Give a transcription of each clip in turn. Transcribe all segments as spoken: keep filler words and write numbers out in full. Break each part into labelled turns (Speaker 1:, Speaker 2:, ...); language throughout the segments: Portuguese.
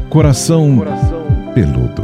Speaker 1: Coração Peludo.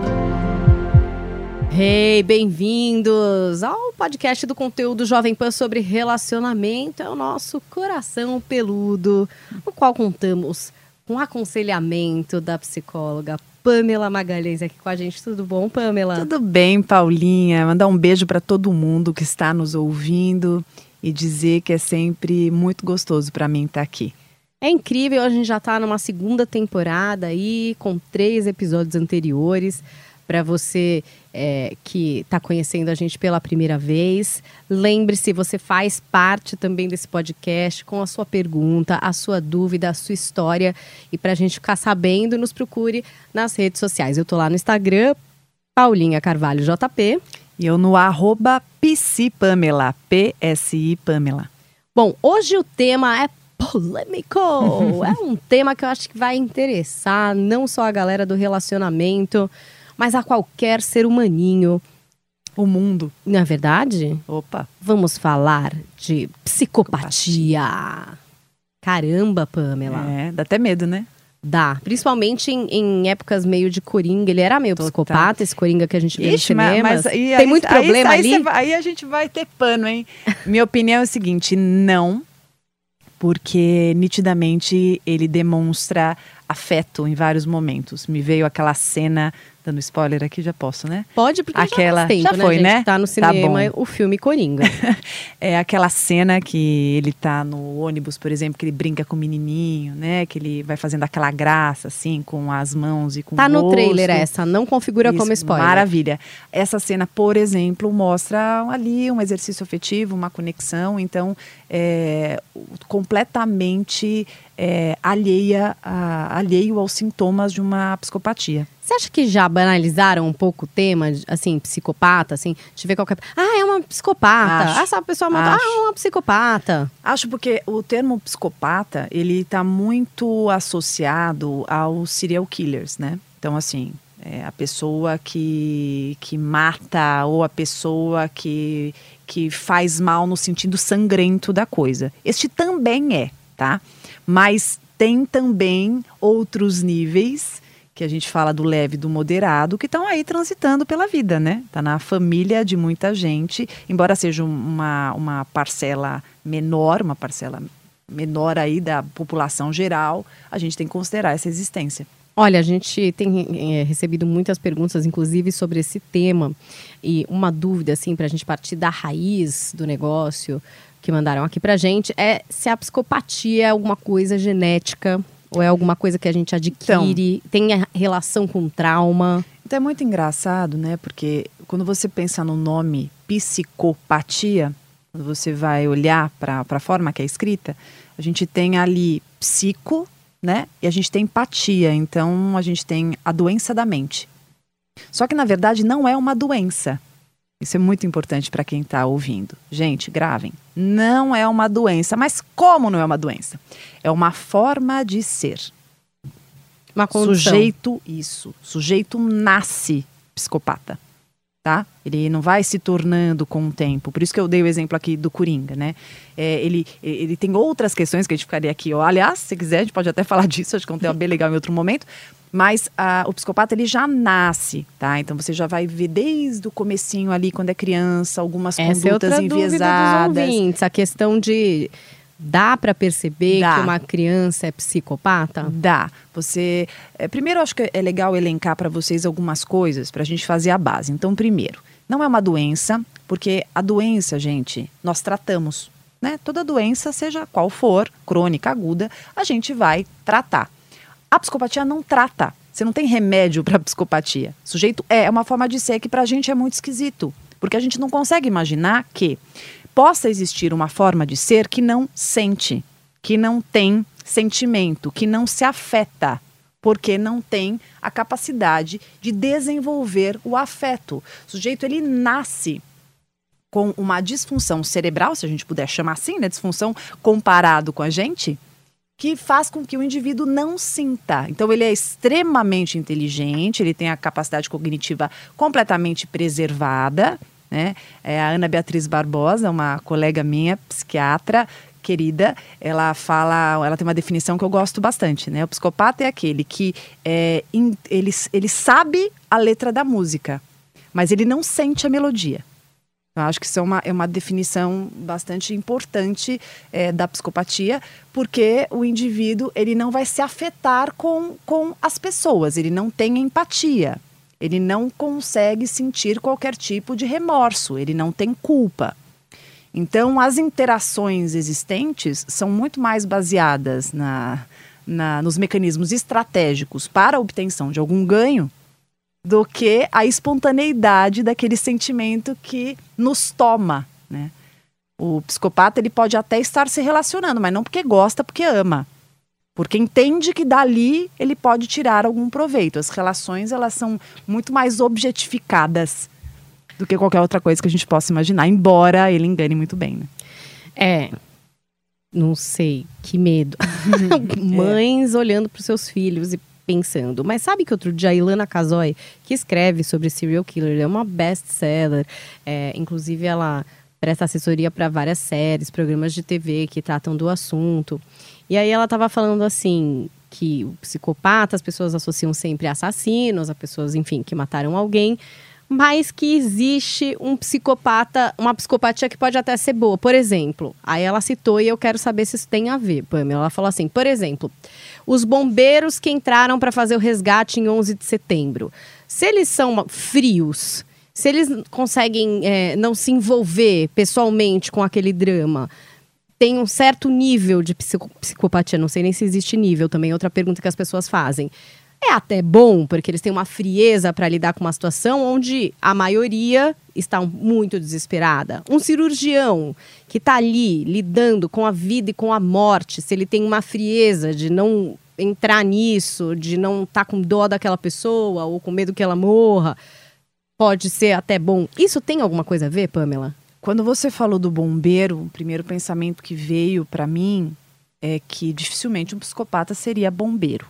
Speaker 2: Hey, bem-vindos ao podcast do conteúdo Jovem Pan sobre relacionamento. É o nosso Coração Peludo, no qual contamos com o aconselhamento da psicóloga Pamela Magalhães aqui com a gente. Tudo bom, Pamela?
Speaker 3: Tudo bem, Paulinha. Mandar um beijo para todo mundo que está nos ouvindo e dizer que é sempre muito gostoso para mim estar aqui.
Speaker 2: É incrível, a gente já está numa segunda temporada aí, com três episódios anteriores. Para você é, que está conhecendo a gente pela primeira vez, lembre-se, você faz parte também desse podcast com a sua pergunta, a sua dúvida, a sua história. E para a gente ficar sabendo, nos procure nas redes sociais. Eu tô lá no Instagram, Paulinha Carvalho J P.
Speaker 3: E eu no arroba psipamela, P S I Pamela.
Speaker 2: Bom, hoje o tema é polêmico. É um tema que eu acho que vai interessar não só a galera do relacionamento, mas a qualquer ser humaninho.
Speaker 3: O mundo.
Speaker 2: Não é verdade?
Speaker 3: Opa.
Speaker 2: Vamos falar de psicopatia. Caramba, Pamela.
Speaker 3: É, dá até medo, né?
Speaker 2: Dá. Principalmente em, em épocas meio de coringa. Ele era meio
Speaker 3: Total.
Speaker 2: psicopata, esse coringa que a gente vê
Speaker 3: Ixi,
Speaker 2: no cinema.
Speaker 3: mas, mas aí,
Speaker 2: Tem
Speaker 3: aí,
Speaker 2: muito
Speaker 3: aí,
Speaker 2: problema
Speaker 3: aí,
Speaker 2: ali?
Speaker 3: Aí, aí a gente vai ter pano, hein? Minha opinião é o seguinte, não. Porque nitidamente ele demonstra afeto em vários momentos. Me veio aquela cena, dando spoiler aqui, já posso, né?
Speaker 2: Pode, porque
Speaker 3: aquela,
Speaker 2: já faz tempo,
Speaker 3: já foi,
Speaker 2: né? A gente
Speaker 3: né?
Speaker 2: tá no cinema,
Speaker 3: tá
Speaker 2: o filme Coringa.
Speaker 3: É aquela cena que ele tá no ônibus, por exemplo, que ele brinca com o menininho, né? Que ele vai fazendo aquela graça, assim, com as mãos e com
Speaker 2: tá
Speaker 3: o rosto.
Speaker 2: Tá no trailer essa, não configura
Speaker 3: Isso,
Speaker 2: como spoiler.
Speaker 3: Maravilha. Essa cena, por exemplo, mostra ali um exercício afetivo, uma conexão, então, é, completamente é, alheia a, alheio aos sintomas de uma psicopatia.
Speaker 2: Você acha que já banalizaram um pouco o tema, assim, psicopata, assim, de ver qualquer... Ah, é uma psicopata.
Speaker 3: Acho,
Speaker 2: Essa pessoa matou.
Speaker 3: acho.
Speaker 2: Ah, é uma psicopata.
Speaker 3: Acho porque o termo psicopata, ele está muito associado aos serial killers, né? Então, assim, é a pessoa que, que mata ou a pessoa que, que faz mal no sentido sangrento da coisa. Este também é, tá? Mas tem também outros níveis, que a gente fala do leve e do moderado, que estão aí transitando pela vida, né? Está na família de muita gente, embora seja uma, uma parcela menor, uma parcela menor aí da população geral, a gente tem que considerar essa existência.
Speaker 2: Olha, a gente tem é, recebido muitas perguntas, inclusive, sobre esse tema. E uma dúvida, assim, para a gente partir da raiz do negócio, que mandaram aqui pra gente, é se a psicopatia é alguma coisa genética, ou é alguma coisa que a gente adquire, então, tem relação com trauma?
Speaker 3: Então é muito engraçado, né? Porque quando você pensa no nome psicopatia, quando você vai olhar para a forma que é escrita, a gente tem ali psico, né? E a gente tem empatia, então a gente tem a doença da mente. Só que na verdade não é uma doença. Isso é muito importante para quem está ouvindo. Gente, gravem. Não é uma doença. Mas como não é uma doença? É uma forma de ser.
Speaker 2: Uma condição.
Speaker 3: Sujeito, isso. Sujeito nasce psicopata. Tá? Ele não vai se tornando com o tempo. Por isso que eu dei o exemplo aqui do Coringa, né? É, ele, ele tem outras questões que a gente ficaria aqui. Ó. Aliás, se quiser, a gente pode até falar disso. Acho que é um tema bem legal em outro momento. Mas ah, o psicopata, ele já nasce, tá? Então você já vai ver desde o comecinho ali, quando é criança, algumas
Speaker 2: Essa
Speaker 3: condutas
Speaker 2: é outra
Speaker 3: enviesadas.
Speaker 2: Dúvida dos ouvintes, a questão de... Dá para perceber
Speaker 3: Dá.
Speaker 2: que uma criança é psicopata?
Speaker 3: Dá. Você, é, primeiro, eu acho que é legal elencar para vocês algumas coisas para a gente fazer a base. Então, primeiro, não é uma doença, porque a doença, gente, nós tratamos, né? Toda doença, seja qual for, crônica, aguda, a gente vai tratar. A psicopatia não trata. Você não tem remédio para psicopatia. O sujeito é, é uma forma de ser que para a gente é muito esquisito, porque a gente não consegue imaginar que possa existir uma forma de ser que não sente, que não tem sentimento, que não se afeta, porque não tem a capacidade de desenvolver o afeto. O sujeito, ele nasce com uma disfunção cerebral, se a gente puder chamar assim, né, disfunção comparado com a gente, que faz com que o indivíduo não sinta. Então, ele é extremamente inteligente, ele tem a capacidade cognitiva completamente preservada, né? É a Ana Beatriz Barbosa, uma colega minha, psiquiatra, querida, ela fala, ela tem uma definição que eu gosto bastante, né? O psicopata é aquele que é, in, ele, ele sabe a letra da música, mas ele não sente a melodia. Eu acho que isso é uma, é uma definição bastante importante é, da psicopatia, porque o indivíduo ele não vai se afetar com, com as pessoas, ele não tem empatia, ele não consegue sentir qualquer tipo de remorso, ele não tem culpa. Então, as interações existentes são muito mais baseadas na, na, nos mecanismos estratégicos para a obtenção de algum ganho do que a espontaneidade daquele sentimento que nos toma, né? O psicopata ele pode até estar se relacionando, mas não porque gosta, porque ama. Porque entende que dali ele pode tirar algum proveito. As relações elas são muito mais objetificadas do que qualquer outra coisa que a gente possa imaginar, embora ele engane muito bem, né?
Speaker 2: É, não sei, que medo. Mães é. olhando para os seus filhos e pensando. Mas sabe que outro dia a Ilana Casoy, que escreve sobre serial killer, é uma best-seller, é, inclusive ela presta assessoria para várias séries, programas de T V que tratam do assunto. E aí ela estava falando assim, que o psicopata, as pessoas associam sempre a assassinos, a pessoas, enfim, que mataram alguém, mas que existe um psicopata, uma psicopatia que pode até ser boa. Por exemplo, aí ela citou e eu quero saber se isso tem a ver, Pamela. Ela falou assim, por exemplo, os bombeiros que entraram para fazer o resgate em onze de setembro. Se eles são frios, se eles conseguem é, não se envolver pessoalmente com aquele drama, tem um certo nível de psico- psicopatia, não sei nem se existe nível também, outra pergunta que as pessoas fazem. É até bom, porque eles têm uma frieza para lidar com uma situação onde a maioria está muito desesperada. Um cirurgião que está ali lidando com a vida e com a morte, se ele tem uma frieza de não entrar nisso, de não estar tá com dó daquela pessoa ou com medo que ela morra, pode ser até bom. Isso tem alguma coisa a ver, Pamela?
Speaker 3: Quando você falou do bombeiro, o primeiro pensamento que veio para mim é que dificilmente um psicopata seria bombeiro.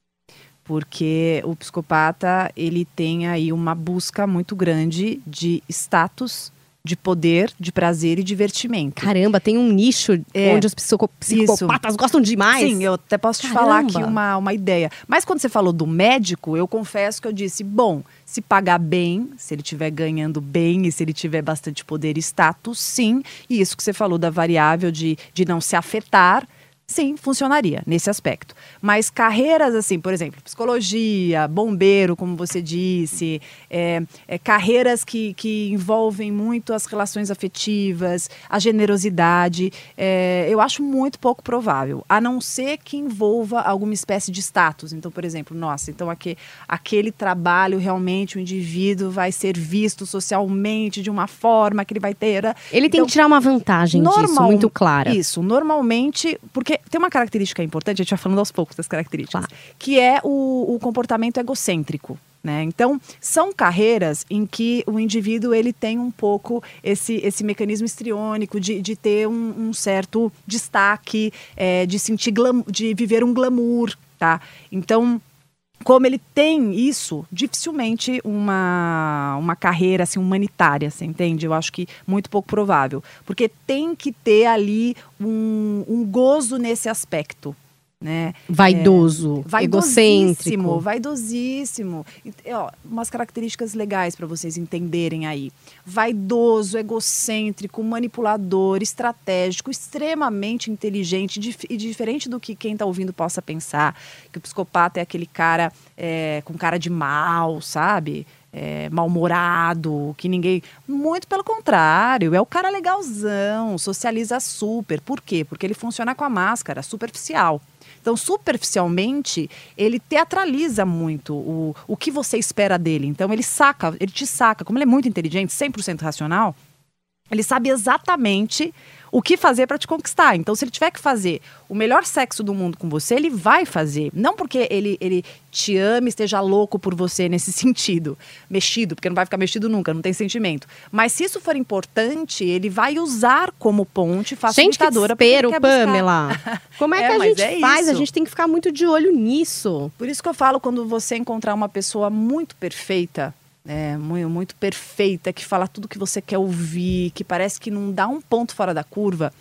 Speaker 3: Porque o psicopata, ele tem aí uma busca muito grande de status, de poder, de prazer e divertimento.
Speaker 2: Caramba, tem um nicho é, onde os psico- psicopatas isso. gostam demais.
Speaker 3: Sim, eu até posso te Caramba. falar aqui uma, uma ideia. Mas quando você falou do médico, eu confesso que eu disse, bom, se pagar bem, se ele estiver ganhando bem e se ele tiver bastante poder e status, sim. E isso que você falou da variável de, de não se afetar, sim, funcionaria nesse aspecto. Mas carreiras assim, por exemplo, psicologia, bombeiro, como você disse, é, é, carreiras que, que envolvem muito as relações afetivas, a generosidade, é, eu acho muito pouco provável, a não ser que envolva alguma espécie de status. Então, por exemplo, nossa, então aqui, aquele trabalho realmente o indivíduo vai ser visto socialmente de uma forma que ele vai ter...
Speaker 2: Ele
Speaker 3: então,
Speaker 2: tem que tirar uma vantagem
Speaker 3: normal,
Speaker 2: disso, muito clara.
Speaker 3: Isso, normalmente, porque tem uma característica importante, a gente vai falando aos poucos das características,
Speaker 2: Claro.
Speaker 3: que é o, o comportamento egocêntrico, né? Então, são carreiras em que o indivíduo ele tem um pouco esse, esse mecanismo histriônico de, de ter um, um certo destaque, é, de sentir glam, de viver um glamour, tá? Então, como ele tem isso, dificilmente uma, uma carreira assim, humanitária, você entende? Eu acho que muito pouco provável. Porque tem que ter ali um, um gozo nesse aspecto. Né?
Speaker 2: Vaidoso,
Speaker 3: é,
Speaker 2: egocêntrico.
Speaker 3: Vaidosíssimo. E, ó, umas características legais para vocês entenderem aí. Vaidoso, egocêntrico, manipulador, estratégico, extremamente inteligente dif- e diferente do que quem está ouvindo possa pensar, que o psicopata é aquele cara é, com cara de mal, sabe? É, mal-humorado, que ninguém... Muito pelo contrário, é o cara legalzão, socializa super. Por quê? Porque ele funciona com a máscara superficial. Então, superficialmente, ele teatraliza muito o, o que você espera dele. Então, ele saca, ele te saca. Como ele é muito inteligente, cem por cento racional, ele sabe exatamente o que fazer para te conquistar. Então, se ele tiver que fazer o melhor sexo do mundo com você, ele vai fazer. Não porque ele, ele te ama e esteja louco por você nesse sentido. Mexido, porque não vai ficar mexido nunca, não tem sentimento. Mas se isso for importante, ele vai usar como ponte facilitadora.
Speaker 2: Gente, que desespero, Pamela. Como é, é que a gente
Speaker 3: é
Speaker 2: faz?
Speaker 3: Isso.
Speaker 2: A gente tem que ficar muito de olho nisso.
Speaker 3: Por isso que eu falo, quando você encontrar uma pessoa muito perfeita, É, muito, muito perfeita, que fala tudo que você quer ouvir, que parece que não dá um ponto fora da curva,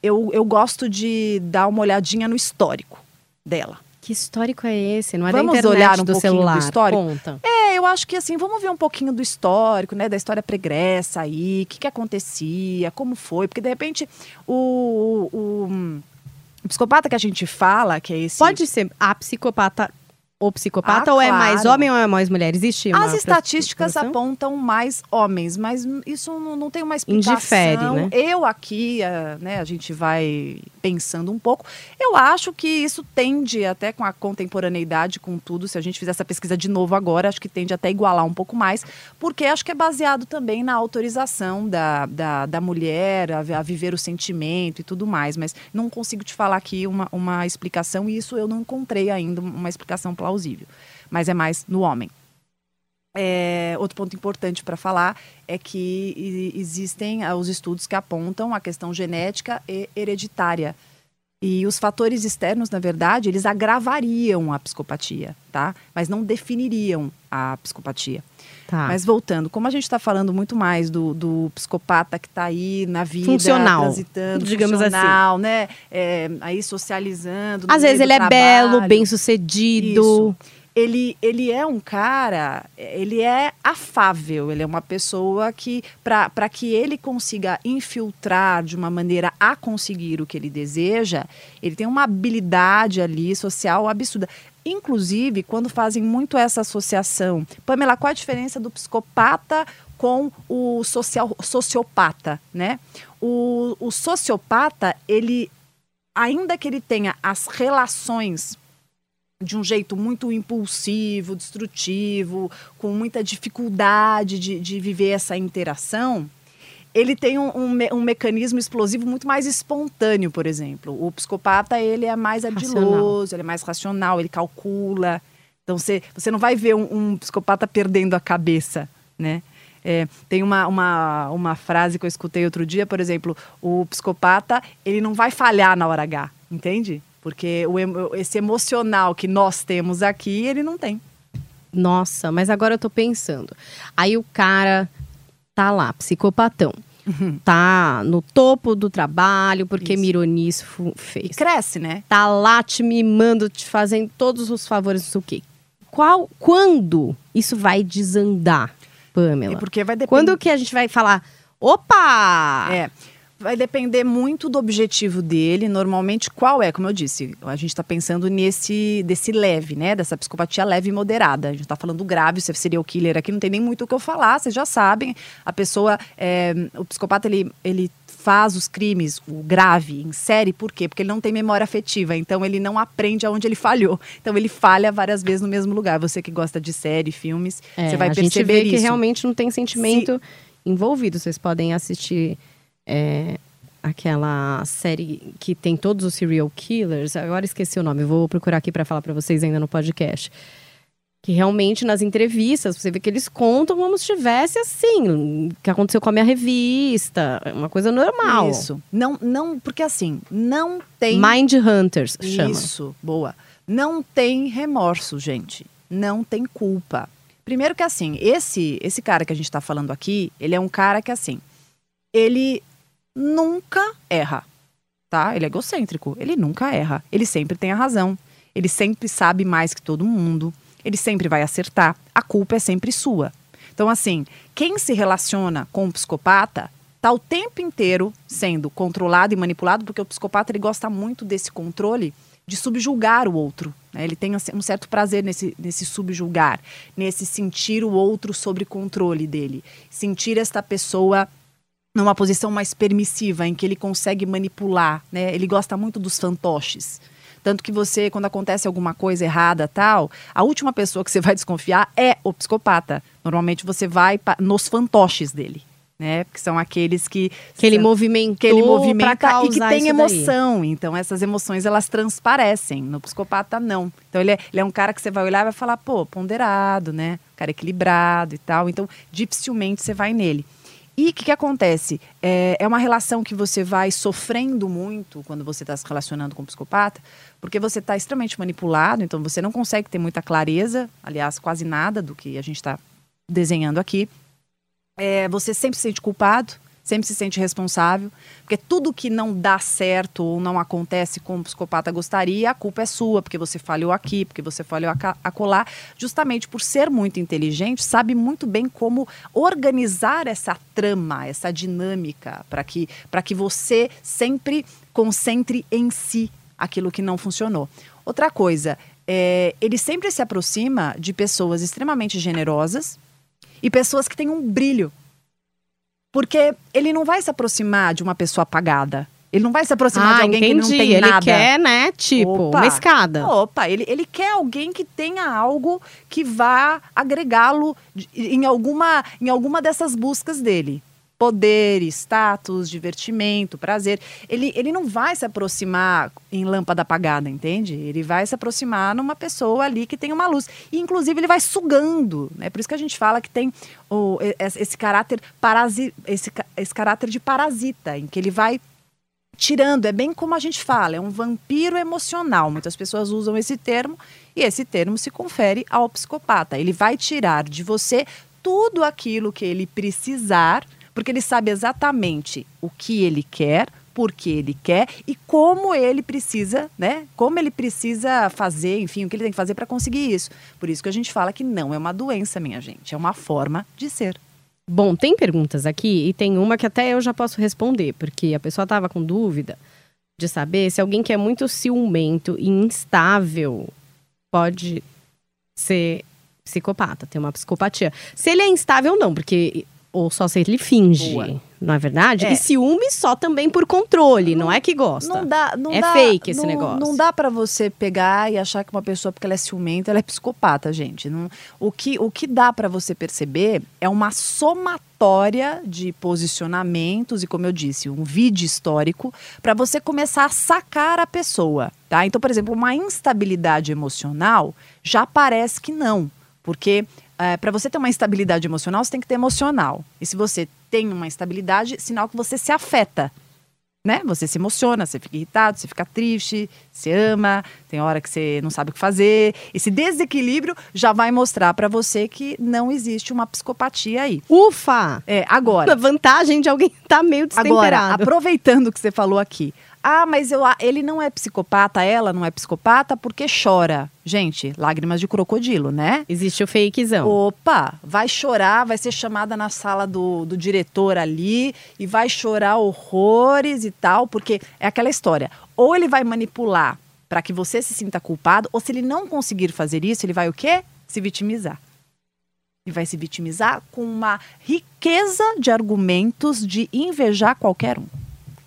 Speaker 3: eu, eu gosto de dar uma olhadinha no histórico dela.
Speaker 2: Que histórico é esse? Não é
Speaker 3: Vamos
Speaker 2: da internet,
Speaker 3: olhar um
Speaker 2: do
Speaker 3: pouquinho
Speaker 2: celular?
Speaker 3: do histórico?
Speaker 2: Conta.
Speaker 3: É, eu acho que assim, vamos ver um pouquinho do histórico, né? Da história pregressa aí, o que, que acontecia, como foi. Porque, de repente, o, o, o psicopata que a gente fala, que é esse...
Speaker 2: Pode ser a psicopata ou psicopata,
Speaker 3: Ah,
Speaker 2: ou é
Speaker 3: claro.
Speaker 2: mais homem ou é mais mulher? Existe uma
Speaker 3: As estatísticas
Speaker 2: proporção?
Speaker 3: apontam mais homens, mas isso não, não tem uma explicação.
Speaker 2: Indifere, né?
Speaker 3: Eu aqui, a, né, a gente vai pensando um pouco. Eu acho que isso tende, até com a contemporaneidade, com tudo, se a gente fizer essa pesquisa de novo agora, acho que tende até a igualar um pouco mais, porque acho que é baseado também na autorização da, da, da mulher a, a viver o sentimento e tudo mais. Mas não consigo te falar aqui uma, uma explicação, e isso eu não encontrei ainda uma explicação plausível. Mas é mais no homem. É, outro ponto importante para falar é que existem os estudos que apontam a questão genética e hereditária. E os fatores externos, na verdade, eles agravariam a psicopatia, tá? Mas não definiriam a psicopatia.
Speaker 2: Tá.
Speaker 3: Mas voltando, como a gente está falando muito mais do, do psicopata que está aí na vida,
Speaker 2: Funcional,
Speaker 3: transitando,
Speaker 2: digamos
Speaker 3: funcional, né? É, aí socializando. no
Speaker 2: Às vezes
Speaker 3: meio
Speaker 2: ele
Speaker 3: do
Speaker 2: é belo,
Speaker 3: trabalho.
Speaker 2: bem-sucedido.
Speaker 3: Isso. Ele, ele é um cara, ele é afável, ele é uma pessoa que, para que ele consiga infiltrar de uma maneira a conseguir o que ele deseja, ele tem uma habilidade ali social absurda. Inclusive, quando fazem muito essa associação, Pamela, qual a diferença do psicopata com o social, sociopata, né? O, o sociopata, ele, ainda que ele tenha as relações de um jeito muito impulsivo, destrutivo, com muita dificuldade de, de viver essa interação, ele tem um, um, me, um mecanismo explosivo muito mais espontâneo, por exemplo. O psicopata, ele é mais ardiloso, ele é mais racional, ele calcula. Então, você, você não vai ver um, um psicopata perdendo a cabeça, né? É, tem uma, uma, uma frase que eu escutei outro dia, por exemplo, o psicopata, ele não vai falhar na hora H, entende? Porque o, esse emocional que nós temos aqui, ele não tem.
Speaker 2: Nossa, mas agora eu tô pensando. Aí o cara tá lá, psicopatão.
Speaker 3: Uhum.
Speaker 2: Tá no topo do trabalho, porque
Speaker 3: Isso.
Speaker 2: mirou nisso, fez.
Speaker 3: E cresce, né?
Speaker 2: Tá lá te mimando, te fazendo todos os favores, não sei o quê. Qual, quando isso vai desandar, Pamela?
Speaker 3: E porque vai depender...
Speaker 2: Quando que a gente vai falar, opa!
Speaker 3: É, vai depender muito do objetivo dele. Normalmente, qual é? Como eu disse, a gente está pensando nesse desse leve, né? Dessa psicopatia leve e moderada. A gente está falando grave, se serial killer aqui, não tem nem muito o que eu falar, vocês já sabem. A pessoa, é, o psicopata, ele, ele faz os crimes, o grave, em série, por quê? Porque ele não tem memória afetiva, então ele não aprende aonde ele falhou. Então ele falha várias vezes no mesmo lugar. Você que gosta de série, filmes,
Speaker 2: É,
Speaker 3: você vai
Speaker 2: a
Speaker 3: perceber
Speaker 2: gente vê
Speaker 3: isso.
Speaker 2: que realmente não tem sentimento envolvido. Vocês podem assistir é, aquela série que tem todos os serial killers. Agora esqueci o nome, vou procurar aqui para falar para vocês ainda no podcast. Que realmente nas entrevistas você vê que eles contam como se estivesse assim, o que aconteceu com a minha revista, uma coisa normal.
Speaker 3: Isso. Não, não, porque assim, não tem...
Speaker 2: Mind Hunters chama.
Speaker 3: Isso, boa. Não tem remorso, gente. Não tem culpa. Primeiro que assim, esse, esse cara que a gente tá falando aqui, ele é um cara que assim, ele nunca erra, tá? Ele é egocêntrico, ele nunca erra. Ele sempre tem a razão. Ele sempre sabe mais que todo mundo. Ele sempre vai acertar. A culpa é sempre sua. Então assim, quem se relaciona com um psicopata tá o tempo inteiro sendo controlado e manipulado, porque o psicopata ele gosta muito desse controle de subjugar o outro, né? Ele tem um certo prazer nesse, nesse subjugar, nesse sentir o outro sob controle dele. Sentir esta pessoa numa posição mais permissiva, em que ele consegue manipular, né? Ele gosta muito dos fantoches. Tanto que você, quando acontece alguma coisa errada, tal, a última pessoa que você vai desconfiar é o psicopata. Normalmente você vai nos fantoches dele, né? Porque são aqueles que...
Speaker 2: Que ele
Speaker 3: são,
Speaker 2: movimentou
Speaker 3: que ele movimenta
Speaker 2: pra causar
Speaker 3: e que tem
Speaker 2: isso
Speaker 3: emoção. Daí. Então, essas emoções, elas transparecem. No psicopata, não. Então, ele é, ele é um cara que você vai olhar e vai falar, pô, ponderado, né? Cara equilibrado e tal. Então, dificilmente você vai nele. E o que, que acontece? É, é uma relação que você vai sofrendo muito quando você está se relacionando com o psicopata, porque você está extremamente manipulado, então você não consegue ter muita clareza, aliás, quase nada do que a gente está desenhando aqui. É, você sempre se sente culpado, sempre se sente responsável, porque tudo que não dá certo ou não acontece como o psicopata gostaria, a culpa é sua, porque você falhou aqui, porque você falhou acolá, justamente por ser muito inteligente, sabe muito bem como organizar essa trama, essa dinâmica, para que, para que você sempre concentre em si aquilo que não funcionou. Outra coisa, é, ele sempre se aproxima de pessoas extremamente generosas e pessoas que têm um brilho. Porque ele não vai se aproximar de uma pessoa apagada. Ele não vai se aproximar
Speaker 2: ah,
Speaker 3: de alguém
Speaker 2: entendi.
Speaker 3: que não tem
Speaker 2: ele
Speaker 3: nada.
Speaker 2: Ele quer, né, tipo,
Speaker 3: Opa,
Speaker 2: uma escada.
Speaker 3: Opa, ele, ele quer alguém que tenha algo que vá agregá-lo em alguma, em alguma dessas buscas dele. Poder, status, divertimento, prazer. Ele, ele não vai se aproximar em lâmpada apagada, entende? Ele vai se aproximar numa pessoa ali que tem uma luz. E, inclusive, ele vai sugando. Né? Por isso que a gente fala que tem o, esse, esse, caráter parasi, esse, esse caráter de parasita, em que ele vai tirando. É bem como a gente fala, é um vampiro emocional. Muitas pessoas usam esse termo e esse termo se confere ao psicopata. Ele vai tirar de você tudo aquilo que ele precisar, porque ele sabe exatamente o que ele quer, por que ele quer e como ele precisa, né? Como ele precisa fazer, enfim, o que ele tem que fazer para conseguir isso. Por isso que a gente fala que não é uma doença, minha gente, é uma forma de ser.
Speaker 2: Bom, tem perguntas aqui e tem uma que até eu já posso responder, porque a pessoa estava com dúvida de saber se alguém que é muito ciumento e instável pode ser psicopata, ter uma psicopatia. Se ele é instável, não, porque... ou só se ele finge, Boa. Não é verdade?
Speaker 3: É.
Speaker 2: E ciúme só também por controle, não, não é que gosta.
Speaker 3: Não dá, não
Speaker 2: é
Speaker 3: dá,
Speaker 2: fake esse
Speaker 3: não,
Speaker 2: negócio.
Speaker 3: Não dá pra você pegar e achar que uma pessoa, porque ela é ciumenta, ela é psicopata, gente. Não, o, que, o que dá pra você perceber é uma somatória de posicionamentos e, como eu disse, um vídeo histórico para você começar a sacar a pessoa, tá? Então, por exemplo, uma instabilidade emocional já parece que não, porque... É, para você ter uma instabilidade emocional, você tem que ter emocional. E se você tem uma instabilidade, sinal que você se afeta, né? Você se emociona, você fica irritado, você fica triste, você ama, tem hora que você não sabe o que fazer. Esse desequilíbrio já vai mostrar para você que não existe uma psicopatia aí.
Speaker 2: Ufa!
Speaker 3: É, agora...
Speaker 2: A vantagem de alguém estar tá meio destemperado.
Speaker 3: Agora, aproveitando o que você falou aqui. Ah, mas eu, ele não é psicopata, ela não é psicopata porque chora. Gente, lágrimas de crocodilo, né?
Speaker 2: Existe o fakezão.
Speaker 3: Opa, vai chorar, vai ser chamada na sala do, do diretor ali e vai chorar horrores e tal, porque é aquela história. Ou ele vai manipular para que você se sinta culpado, ou se ele não conseguir fazer isso, ele vai o quê? Se vitimizar. Ele vai se vitimizar com uma riqueza de argumentos de invejar qualquer um.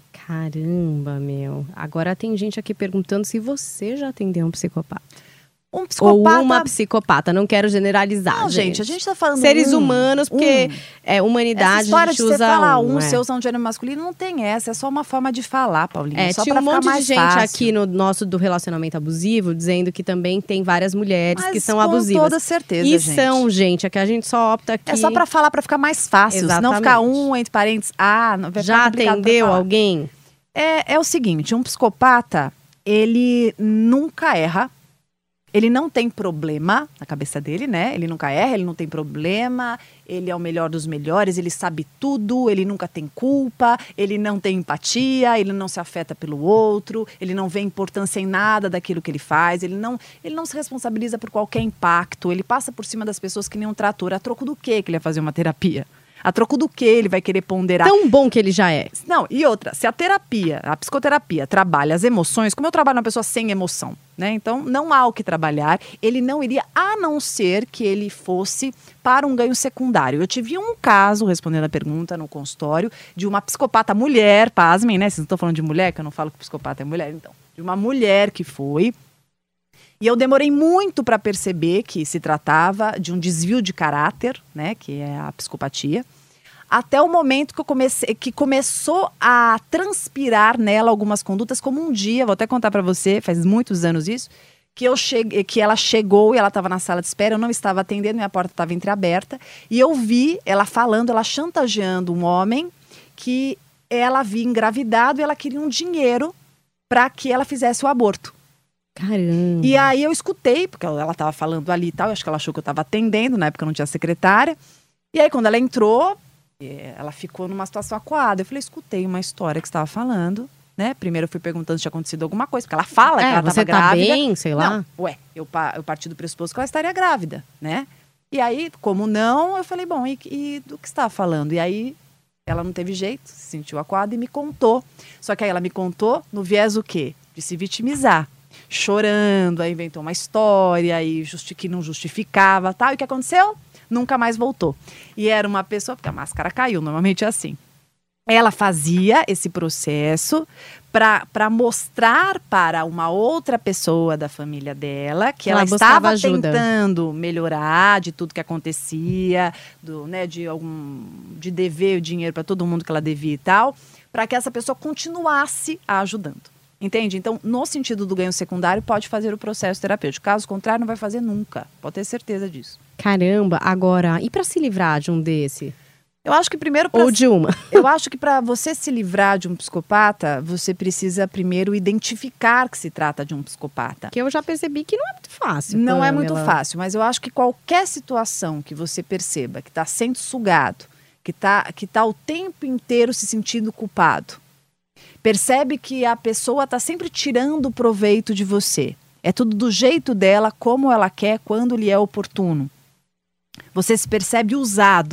Speaker 2: Caramba, meu. Agora tem gente aqui perguntando se você já atendeu um psicopata.
Speaker 3: Um psicopata...
Speaker 2: Ou uma psicopata, não quero generalizar,
Speaker 3: não,
Speaker 2: gente.
Speaker 3: gente, a gente tá falando
Speaker 2: seres
Speaker 3: um,
Speaker 2: humanos, porque
Speaker 3: um.
Speaker 2: é humanidade,
Speaker 3: essa história
Speaker 2: a gente
Speaker 3: de você
Speaker 2: usa
Speaker 3: falar
Speaker 2: um,
Speaker 3: um,
Speaker 2: é.
Speaker 3: você usa um gênero masculino, não tem essa, é só uma forma de falar, Paulinha,
Speaker 2: É,
Speaker 3: só
Speaker 2: tinha
Speaker 3: pra
Speaker 2: um
Speaker 3: ficar
Speaker 2: monte de
Speaker 3: mais
Speaker 2: gente
Speaker 3: fácil.
Speaker 2: aqui no nosso do relacionamento abusivo, dizendo que também tem várias mulheres
Speaker 3: Mas
Speaker 2: que são
Speaker 3: com
Speaker 2: abusivas.
Speaker 3: toda certeza,
Speaker 2: e
Speaker 3: gente.
Speaker 2: são, gente, é que a gente só opta aqui...
Speaker 3: É só pra falar, pra ficar mais fácil,
Speaker 2: Exatamente.
Speaker 3: não ficar um entre parênteses, ah, não vai ficar
Speaker 2: Já
Speaker 3: complicado pra
Speaker 2: atendeu
Speaker 3: falar.
Speaker 2: alguém?
Speaker 3: É, é o seguinte, um psicopata, ele nunca erra, ele não tem problema na cabeça dele, né? Ele nunca erra, ele não tem problema, ele é o melhor dos melhores, ele sabe tudo, ele nunca tem culpa, ele não tem empatia, ele não se afeta pelo outro, ele não vê importância em nada daquilo que ele faz, ele não, ele não se responsabiliza por qualquer impacto, ele passa por cima das pessoas que nem um trator. A troco do quê que ele vai fazer uma terapia? A troco do que ele vai querer ponderar?
Speaker 2: Tão bom que ele já é.
Speaker 3: Não, e outra, se a terapia, a psicoterapia trabalha as emoções, como eu trabalho uma pessoa sem emoção, né? Então, não há o que trabalhar, ele não iria, a não ser que ele fosse para um ganho secundário. Eu tive um caso, respondendo a pergunta no consultório, de uma psicopata mulher, pasmem, né? Vocês não estão falando de mulher, que eu não falo que psicopata é mulher, então. De uma mulher que foi... E eu demorei muito para perceber que se tratava de um desvio de caráter, né, que é a psicopatia, até o momento que, eu comecei, que começou a transpirar nela algumas condutas, como um dia, vou até contar para você, faz muitos anos isso, que, eu cheguei, que ela chegou e ela estava na sala de espera, eu não estava atendendo, minha porta estava entreaberta, e eu vi ela falando, ela chantageando um homem que ela havia engravidado e ela queria um dinheiro para que ela fizesse o aborto.
Speaker 2: Caramba.
Speaker 3: E aí eu escutei, porque ela estava falando ali e tal, acho que ela achou que eu estava atendendo, na época não tinha secretária. E aí quando ela entrou, É, ela ficou numa situação acuada. Eu falei, escutei uma história que você estava falando, né? Primeiro eu fui perguntando se tinha acontecido alguma coisa, porque ela fala
Speaker 2: É,
Speaker 3: que ela
Speaker 2: você
Speaker 3: estava
Speaker 2: tá
Speaker 3: grávida.
Speaker 2: bem, sei lá.
Speaker 3: Não, ué, eu, pa- eu parti do pressuposto que ela estaria grávida, né? E aí, como não, eu falei, bom, e, e do que você estava falando? E aí, ela não teve jeito, se sentiu acuada e me contou. Só que aí ela me contou no viés o quê? De se vitimizar. Chorando, aí inventou uma história, aí justi- que não justificava, tal. E o que aconteceu? Nunca mais voltou. E era uma pessoa, porque a máscara caiu, normalmente é assim. Ela fazia esse processo para mostrar para uma outra pessoa da família dela que
Speaker 2: Ela
Speaker 3: ela,
Speaker 2: buscava
Speaker 3: estava
Speaker 2: ajuda.
Speaker 3: tentando melhorar de tudo que acontecia, do, né, de algum de dever o dinheiro para todo mundo que ela devia e tal, para que essa pessoa continuasse a ajudando. Entende? Então, no sentido do ganho secundário, pode fazer o processo terapêutico. Caso contrário, não vai fazer nunca. Pode ter certeza disso.
Speaker 2: Caramba, agora, e pra se livrar de um desse?
Speaker 3: Eu acho que primeiro pra
Speaker 2: Ou de uma?
Speaker 3: Eu acho que para você se livrar de um psicopata, você precisa primeiro identificar que se trata de um psicopata.
Speaker 2: Que eu já percebi que não é muito fácil.
Speaker 3: Não é muito
Speaker 2: Pamela.
Speaker 3: fácil, mas eu acho que qualquer situação que você perceba que está sendo sugado, que está que tá o tempo inteiro se sentindo culpado, percebe que a pessoa está sempre tirando proveito de você. É tudo do jeito dela, como ela quer, quando lhe é oportuno. Você se percebe usado.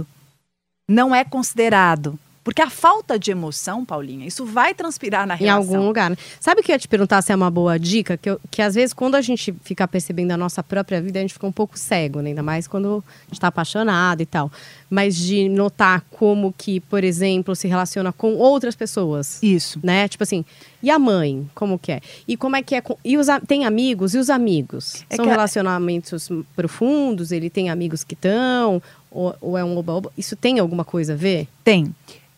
Speaker 3: Não é considerado. Porque a falta de emoção, Paulinha, isso vai transpirar na
Speaker 2: Em
Speaker 3: relação.
Speaker 2: algum lugar. né? Sabe o que eu ia te perguntar se é uma boa dica? Que, eu- que às vezes, quando a gente fica percebendo a nossa própria vida, a gente fica um pouco cego, né? Ainda mais quando a gente tá apaixonado e tal. Mas de notar como que, por exemplo, se relaciona com outras pessoas.
Speaker 3: Isso.
Speaker 2: Né? Tipo assim, e a mãe, como que é? E como é que é? com- E os, a- tem amigos? E os amigos?
Speaker 3: É
Speaker 2: São
Speaker 3: que a-
Speaker 2: relacionamentos profundos? Ele tem amigos que estão? Ou, ou é um oba-oba? Isso tem alguma coisa a ver?
Speaker 3: Tem.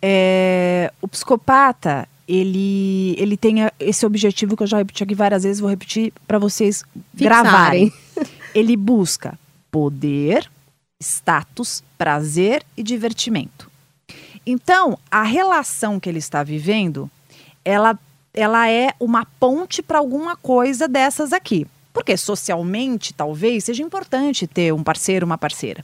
Speaker 3: É, o psicopata, ele, ele tem a- esse objetivo que eu já repeti aqui várias vezes, vou repetir para vocês
Speaker 2: Fixarem.
Speaker 3: gravarem. Ele busca poder, status, prazer e divertimento. Então, a relação que ele está vivendo, ela, ela é uma ponte para alguma coisa dessas aqui. Porque socialmente, talvez, seja importante ter um parceiro, uma parceira.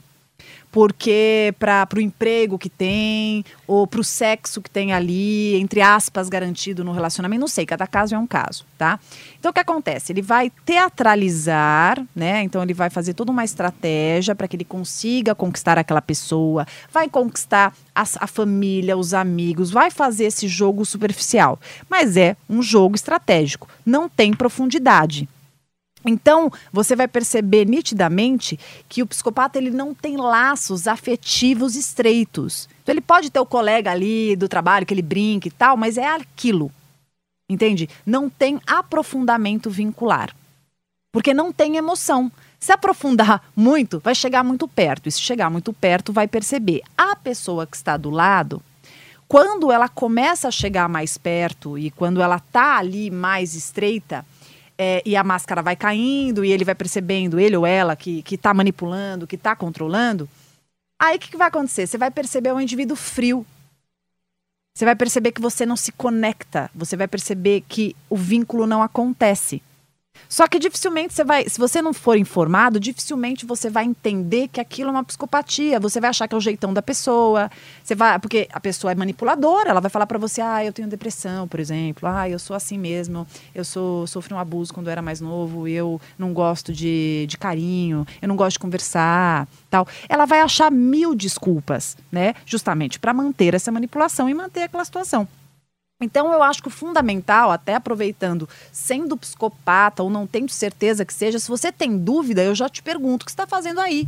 Speaker 3: Porque para o emprego que tem, ou para o sexo que tem ali, entre aspas, garantido no relacionamento, não sei, cada caso é um caso, tá? Então, o que acontece? Ele vai teatralizar, né? Então, ele vai fazer toda uma estratégia para que ele consiga conquistar aquela pessoa, vai conquistar a, a família, os amigos, vai fazer esse jogo superficial. Mas é um jogo estratégico, não tem profundidade. Então, você vai perceber nitidamente que o psicopata ele não tem laços afetivos estreitos. Então, ele pode ter o colega ali do trabalho que ele brinca e tal, mas é aquilo, entende? Não tem aprofundamento vincular, porque não tem emoção. Se aprofundar muito, vai chegar muito perto. E se chegar muito perto, vai perceber. A pessoa que está do lado, quando ela começa a chegar mais perto e quando ela está ali mais estreita, É, e a máscara vai caindo e ele vai percebendo, ele ou ela, que está manipulando, que está controlando, aí o que, que vai acontecer? Você vai perceber um indivíduo frio. Você vai perceber que você não se conecta. Você vai perceber que o vínculo não acontece. Só que dificilmente você vai, se você não for informado, dificilmente você vai entender que aquilo é uma psicopatia. Você vai achar que é o jeitão da pessoa. Você vai, porque a pessoa é manipuladora, ela vai falar pra você: "Ah, eu tenho depressão, por exemplo. Ah, eu sou assim mesmo. Eu sou sofri um abuso quando eu era mais novo, eu não gosto de, de carinho, eu não gosto de conversar", tal. Ela vai achar mil desculpas, né, justamente para manter essa manipulação e manter aquela situação. Então, eu acho que o fundamental, até aproveitando, sendo psicopata ou não tendo certeza que seja, se você tem dúvida, eu já te pergunto, o que você está fazendo aí?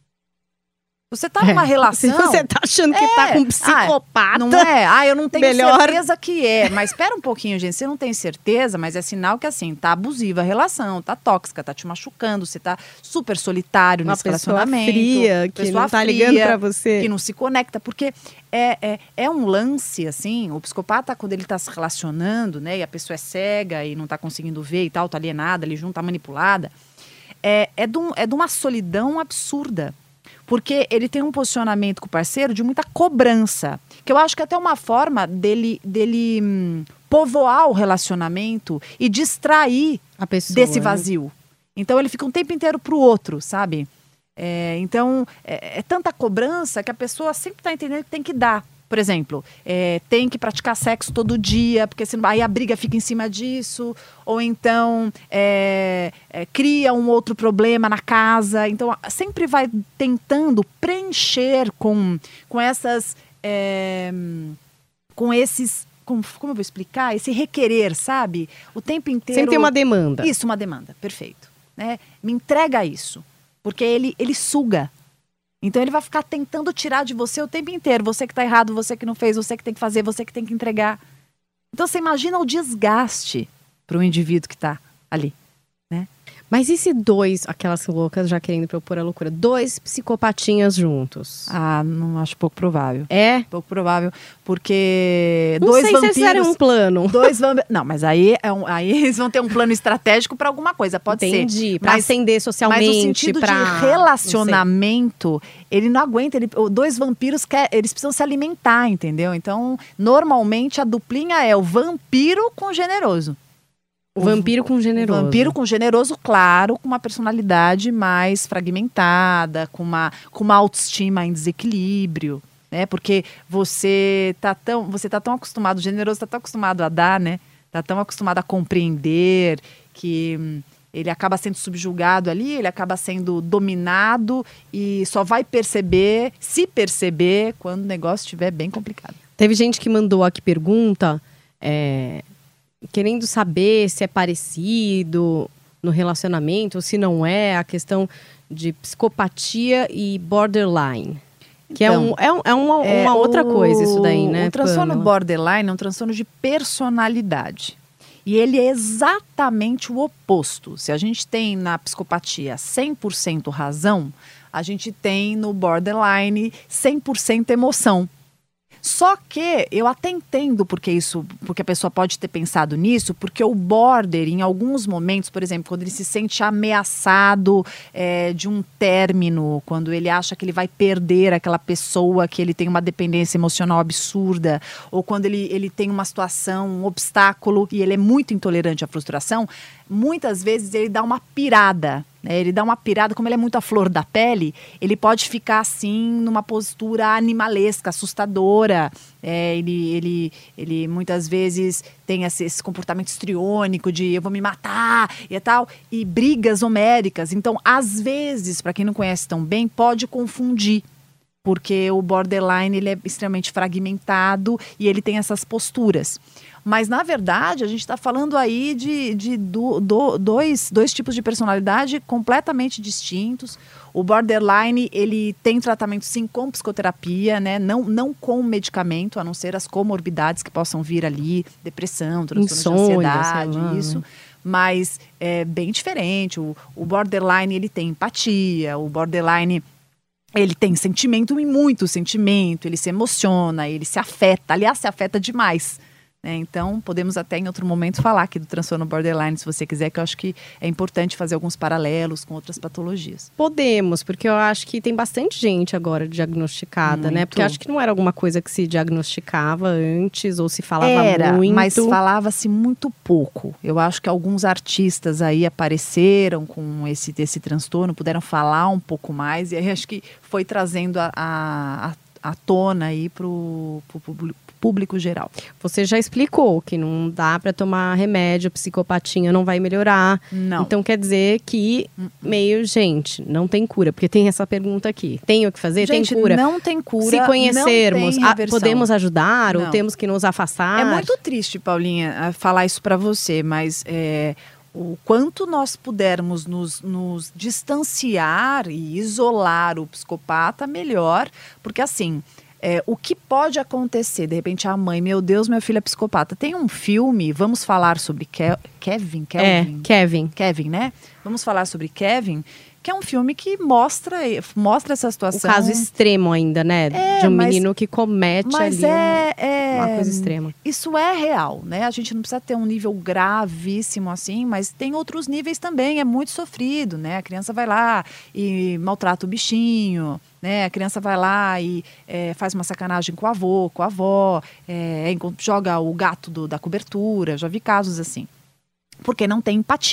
Speaker 3: Você está numa
Speaker 2: É,
Speaker 3: relação...
Speaker 2: Se você tá achando que
Speaker 3: É.
Speaker 2: tá com um
Speaker 3: Ah,
Speaker 2: psicopata...
Speaker 3: não é? Ah, eu não tenho
Speaker 2: Melhor.
Speaker 3: certeza que é. Mas espera um pouquinho, gente. Você não tem certeza, mas é sinal que, assim, tá abusiva a relação, tá tóxica, tá te machucando, você tá super solitário
Speaker 2: Uma
Speaker 3: nesse
Speaker 2: pessoa
Speaker 3: relacionamento.
Speaker 2: fria, que
Speaker 3: pessoa
Speaker 2: não tá
Speaker 3: fria,
Speaker 2: ligando pra você.
Speaker 3: que não se conecta, porque é, é, é um lance, assim, o psicopata, quando ele tá se relacionando, né, e a pessoa é cega e não tá conseguindo ver e tal, tá alienada, ali junto, tá manipulada, é, é, de um, é de uma solidão absurda. Porque ele tem um posicionamento com o parceiro de muita cobrança. Que eu acho que é até uma forma dele, dele hum, povoar o relacionamento e distrair
Speaker 2: A pessoa,
Speaker 3: desse
Speaker 2: né?
Speaker 3: vazio. Então ele fica um tempo inteiro pro outro, sabe? É, então, é, é tanta cobrança que a pessoa sempre está entendendo que tem que dar. Por exemplo, é, tem que praticar sexo todo dia, porque senão, aí a briga fica em cima disso. Ou então, é, é, cria um outro problema na casa. Então, sempre vai tentando preencher com, com essas... É, com esses... Com, como eu vou explicar? Esse requerer, sabe? O tempo inteiro...
Speaker 2: Sempre tem uma demanda.
Speaker 3: Isso, uma demanda. Perfeito. Né? Me entrega isso. Porque ele, ele suga. Então ele vai ficar tentando tirar de você o tempo inteiro. Você que está errado, você que não fez, você que tem que fazer, você que tem que entregar. Então você imagina o desgaste para o indivíduo que está ali, né?
Speaker 2: Mas e se dois, aquelas loucas já querendo propor a loucura, dois psicopatinhas juntos?
Speaker 3: Ah, não acho pouco provável.
Speaker 2: É?
Speaker 3: Pouco provável, porque
Speaker 2: Não
Speaker 3: dois
Speaker 2: sei
Speaker 3: vampiros...
Speaker 2: se eles fizeram um plano.
Speaker 3: Dois vampiros... Não, mas aí, é um, aí eles vão ter um plano estratégico para alguma coisa, pode
Speaker 2: Entendi,
Speaker 3: ser.
Speaker 2: Entendi, para ascender socialmente,
Speaker 3: mas o sentido
Speaker 2: pra...
Speaker 3: de relacionamento, ele não aguenta. Ele, dois vampiros, quer, eles precisam se alimentar, entendeu? Então, normalmente, a duplinha é o vampiro com o generoso.
Speaker 2: O vampiro com generoso.
Speaker 3: Vampiro com generoso, claro, com uma personalidade mais fragmentada, com uma, com uma autoestima em desequilíbrio, né? Porque você tá tão, você tá tão acostumado, o generoso tá tão acostumado a dar, né? Tá tão acostumado a compreender que hum, ele acaba sendo subjugado ali, ele acaba sendo dominado e só vai perceber, se perceber, quando o negócio estiver bem complicado.
Speaker 2: Teve gente que mandou aqui pergunta... É... querendo saber se é parecido no relacionamento ou se não é, a questão de psicopatia e borderline. Que
Speaker 3: Então,
Speaker 2: é, um, é, um, é uma,
Speaker 3: é
Speaker 2: uma outra
Speaker 3: o,
Speaker 2: coisa isso daí, né?
Speaker 3: O transtorno
Speaker 2: Pamela?
Speaker 3: borderline é um transtorno de personalidade. E ele é exatamente o oposto. Se a gente tem na psicopatia cem por cento razão, a gente tem no borderline cem por cento emoção. Só que eu até entendo porque isso, porque a pessoa pode ter pensado nisso, porque o border, em alguns momentos, por exemplo, quando ele se sente ameaçado é, de um término, quando ele acha que ele vai perder aquela pessoa, que ele tem uma dependência emocional absurda, ou quando ele, ele tem uma situação, um obstáculo, e ele é muito intolerante à frustração, muitas vezes ele dá uma pirada. É, ele dá uma pirada, como ele é muito à flor da pele, ele pode ficar assim numa postura animalesca, assustadora. É, ele, ele, ele muitas vezes tem esse, esse comportamento histriônico de eu vou me matar e tal, e brigas homéricas. Então, às vezes, para quem não conhece tão bem, pode confundir. Porque o borderline ele é extremamente fragmentado e ele tem essas posturas. Mas, na verdade, a gente está falando aí de, de do, do, dois, dois tipos de personalidade completamente distintos. O borderline, ele tem tratamento, sim, com psicoterapia, né? Não, não com medicamento, a não ser as comorbidades que possam vir ali, depressão, transtorno de ansiedade, isso. Mas é bem diferente. O, o borderline, ele tem empatia, o borderline... ele tem sentimento e muito sentimento, ele se emociona, ele se afeta, aliás, se afeta demais. Né? Então, podemos até em outro momento falar aqui do transtorno borderline, se você quiser, que eu acho que é importante fazer alguns paralelos com outras patologias.
Speaker 2: Podemos, porque eu acho que tem bastante gente agora diagnosticada,
Speaker 3: Muito.
Speaker 2: né? Porque eu acho que não era alguma coisa que se diagnosticava antes, ou se falava
Speaker 3: Era,
Speaker 2: muito.
Speaker 3: mas falava-se muito pouco. Eu acho que alguns artistas aí apareceram com esse, esse transtorno, puderam falar um pouco mais, e aí acho que foi trazendo a, a, a tona aí para o público geral.
Speaker 2: Você já explicou que não dá para tomar remédio, psicopatia não vai melhorar.
Speaker 3: Não.
Speaker 2: Então quer dizer que meio, gente, não tem cura. Porque tem essa pergunta aqui. Tem o que fazer?
Speaker 3: Gente,
Speaker 2: tem cura?
Speaker 3: não tem cura.
Speaker 2: Se conhecermos,
Speaker 3: não tem
Speaker 2: a,
Speaker 3: reversão.
Speaker 2: podemos ajudar
Speaker 3: Não.
Speaker 2: ou temos que nos afastar?
Speaker 3: É muito triste, Paulinha, falar isso para você, mas é, o quanto nós pudermos nos, nos distanciar e isolar o psicopata, melhor. Porque assim... É, o que pode acontecer? De repente, a mãe, meu Deus, meu filho é psicopata. Tem um filme, vamos falar sobre Ke- Kevin, Kelvin?
Speaker 2: É, Kevin.
Speaker 3: Kevin, né? Vamos falar sobre Kevin, que é um filme que mostra, mostra essa
Speaker 2: O
Speaker 3: situação.
Speaker 2: caso extremo ainda, né?
Speaker 3: É,
Speaker 2: de um
Speaker 3: mas-
Speaker 2: menino que comete
Speaker 3: Mas
Speaker 2: ali
Speaker 3: é, é
Speaker 2: uma coisa extrema.
Speaker 3: Isso é real, né? A gente não precisa ter um nível gravíssimo assim, mas tem outros níveis também. É muito sofrido, né? A criança vai lá e maltrata o bichinho, né? A criança vai lá e é, faz uma sacanagem com o avô, com a avó, é, joga o gato do, da cobertura. Já vi casos assim. Porque não tem empatia.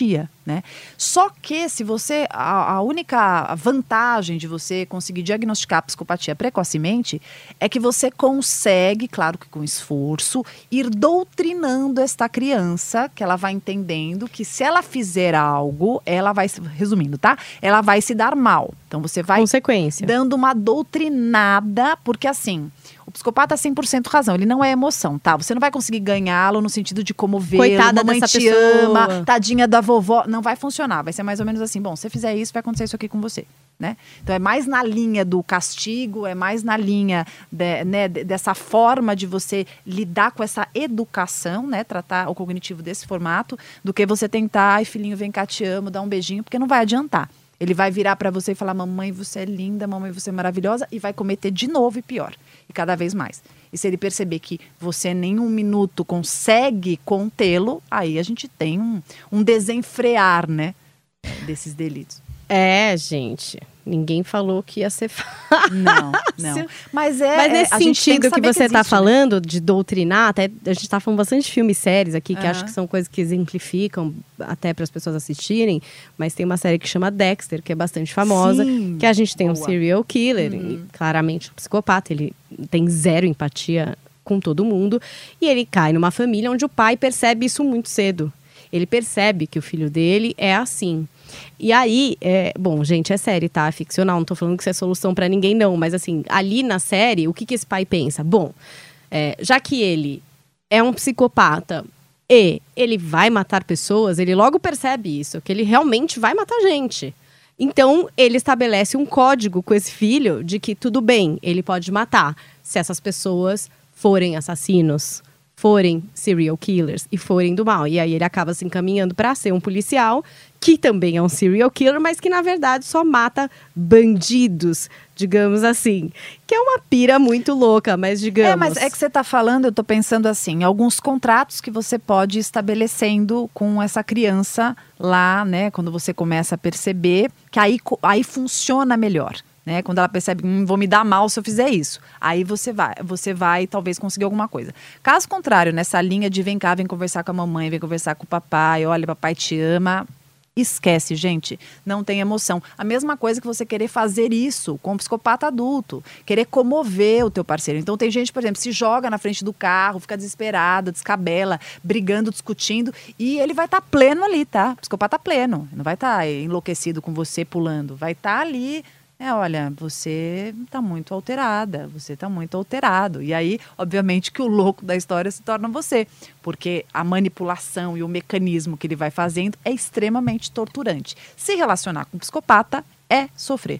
Speaker 3: né? Só que se você, a, a única vantagem de você conseguir diagnosticar a psicopatia precocemente é que você consegue, claro que com esforço, ir doutrinando esta criança, que ela vai entendendo que se ela fizer algo, ela vai, resumindo, tá? Ela vai se dar mal. Então você vai
Speaker 2: Consequência.
Speaker 3: dando uma doutrinada, porque assim, o psicopata tem cem por cento razão, ele não é emoção, tá? Você não vai conseguir ganhá-lo no sentido de comover,
Speaker 2: Coitada
Speaker 3: mamãe
Speaker 2: dessa
Speaker 3: te
Speaker 2: pessoa.
Speaker 3: ama, tadinha da vovó, não vai funcionar, vai ser mais ou menos assim, bom, se você fizer isso, vai acontecer isso aqui com você, né? Então é mais na linha do castigo, é mais na linha de, né, dessa forma de você lidar com essa educação, né? Tratar o cognitivo desse formato, do que você tentar, ai filhinho, vem cá, te amo, dá um beijinho, porque não vai adiantar. Ele vai virar para você e falar, mamãe, você é linda, mamãe, você é maravilhosa, e vai cometer de novo e pior, e cada vez mais. E se ele perceber que você nem um minuto consegue contê-lo, aí a gente tem um, um desenfrear, né, desses delitos.
Speaker 2: É, gente, ninguém falou que ia ser fácil.
Speaker 3: Não, não. Mas é.
Speaker 2: Mas nesse
Speaker 3: é, a gente tem
Speaker 2: sentido que,
Speaker 3: saber
Speaker 2: você está
Speaker 3: existe, né?
Speaker 2: falando de doutrinar, até a gente está falando bastante de filmes e séries aqui, que
Speaker 3: Aham.
Speaker 2: acho que são coisas que exemplificam até para as pessoas assistirem, mas tem uma série que chama Dexter, que é bastante famosa,
Speaker 3: Sim.
Speaker 2: que a gente tem um
Speaker 3: Boa.
Speaker 2: serial killer, e claramente um psicopata, ele tem zero empatia com todo mundo, e ele cai numa família onde o pai percebe isso muito cedo. Ele percebe que o filho dele é assim. E aí, é, bom, gente, é série, tá? É ficcional, não tô falando que isso é solução pra ninguém, não. Mas assim, ali na série, o que que esse pai pensa? Bom, é, já que ele é um psicopata e ele vai matar pessoas, ele logo percebe isso, que ele realmente vai matar gente. Então, ele estabelece um código com esse filho de que tudo bem, ele pode matar se essas pessoas forem assassinos, forem serial killers e forem do mal. E aí ele acaba se encaminhando para ser um policial, que também é um serial killer, mas que na verdade só mata bandidos, digamos assim. Que é uma pira muito louca, mas digamos...
Speaker 3: É, mas é que você está falando, eu estou pensando assim, alguns contratos que você pode ir estabelecendo com essa criança lá, né? Quando você começa a perceber que aí, aí funciona melhor. Né? Quando ela percebe, hum, vou me dar mal se eu fizer isso. Aí você vai, você vai talvez conseguir alguma coisa. Caso contrário, nessa linha de vem cá, vem conversar com a mamãe, vem conversar com o papai, olha, papai te ama, esquece, gente, não tem emoção. A mesma coisa que você querer fazer isso com um psicopata adulto, querer comover o teu parceiro. Então tem gente, por exemplo, se joga na frente do carro, fica desesperada, descabela, brigando, discutindo, e ele vai estar tá pleno ali, tá? Psicopata pleno, não vai estar tá enlouquecido com você pulando, vai estar tá ali... É, olha, você está muito alterada, você está muito alterado. E aí, obviamente, que o louco da história se torna você. Porque a manipulação e o mecanismo que ele vai fazendo é extremamente torturante. Se relacionar com um psicopata é sofrer.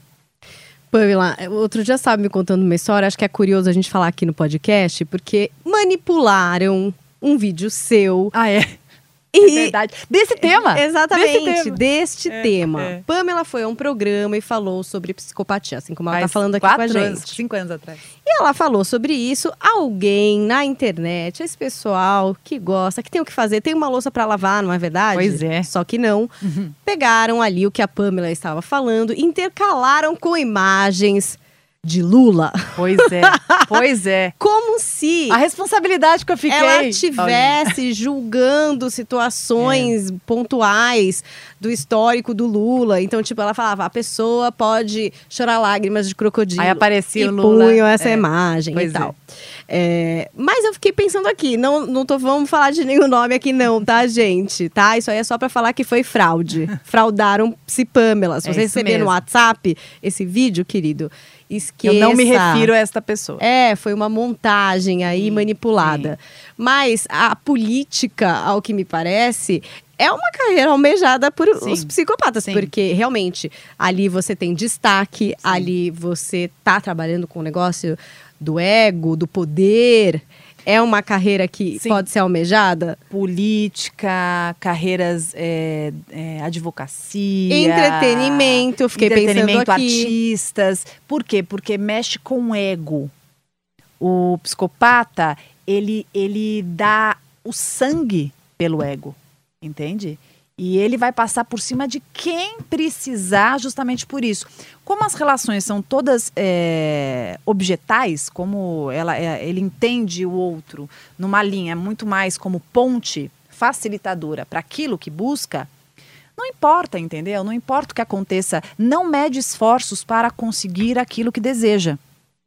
Speaker 2: Pamela, outro dia estava me contando uma história, acho que é curioso a gente falar aqui no podcast, porque manipularam um vídeo seu.
Speaker 3: Ah, é?
Speaker 2: E...
Speaker 3: É verdade. Desse tema.
Speaker 2: Exatamente,
Speaker 3: Desse tema.
Speaker 2: deste
Speaker 3: É,
Speaker 2: tema.
Speaker 3: é.
Speaker 2: Pamela foi a um programa e falou sobre psicopatia, assim como ela está
Speaker 3: Faz
Speaker 2: falando aqui
Speaker 3: quatro
Speaker 2: com a gente.
Speaker 3: anos, cinco anos atrás.
Speaker 2: E ela falou sobre isso, alguém na internet, esse pessoal que gosta, que tem o que fazer, tem uma louça para lavar, não é verdade?
Speaker 3: Pois é.
Speaker 2: Só que não.
Speaker 3: Uhum.
Speaker 2: Pegaram ali o que a Pamela estava falando, intercalaram com imagens de Lula.
Speaker 3: Pois é, pois é.
Speaker 2: Como se
Speaker 3: A responsabilidade que eu fiquei.
Speaker 2: ela estivesse julgando situações
Speaker 3: É.
Speaker 2: pontuais do histórico do Lula. Então, tipo, ela falava, a pessoa pode chorar lágrimas de crocodilo.
Speaker 3: Aí aparecia
Speaker 2: e
Speaker 3: o Lula.
Speaker 2: punham essa
Speaker 3: É.
Speaker 2: imagem
Speaker 3: Pois
Speaker 2: e tal. É, mas eu fiquei pensando aqui, não, não tô, vamos falar de nenhum nome aqui não, tá, gente? Tá? Isso aí é só pra falar que foi fraude. Fraudaram-se Pamela. Se
Speaker 3: É
Speaker 2: você
Speaker 3: isso
Speaker 2: receber no
Speaker 3: mesmo.
Speaker 2: WhatsApp esse vídeo, querido, esqueça.
Speaker 3: Eu não me refiro a esta pessoa.
Speaker 2: É, foi uma montagem aí
Speaker 3: Sim,
Speaker 2: manipulada. Mas a política, ao que me parece, é uma carreira almejada por
Speaker 3: Sim.
Speaker 2: os psicopatas.
Speaker 3: Sim.
Speaker 2: Porque, realmente, ali você tem destaque, ali você tá trabalhando com o negócio do ego, do poder. É uma carreira que
Speaker 3: Sim.
Speaker 2: pode ser almejada.
Speaker 3: Política, carreiras, é, é, advocacia.
Speaker 2: Entretenimento, eu fiquei pensando
Speaker 3: entretenimento,
Speaker 2: aqui.
Speaker 3: artistas. Por quê? Porque mexe com o ego. O psicopata, ele, ele dá o sangue pelo ego, entende? E ele vai passar por cima de quem precisar justamente por isso. Como as relações são todas é, objetais, como ela, é, ele entende o outro numa linha muito mais como ponte facilitadora para aquilo que busca, Não importa, entendeu? Não importa o que aconteça, não mede esforços para conseguir aquilo que deseja.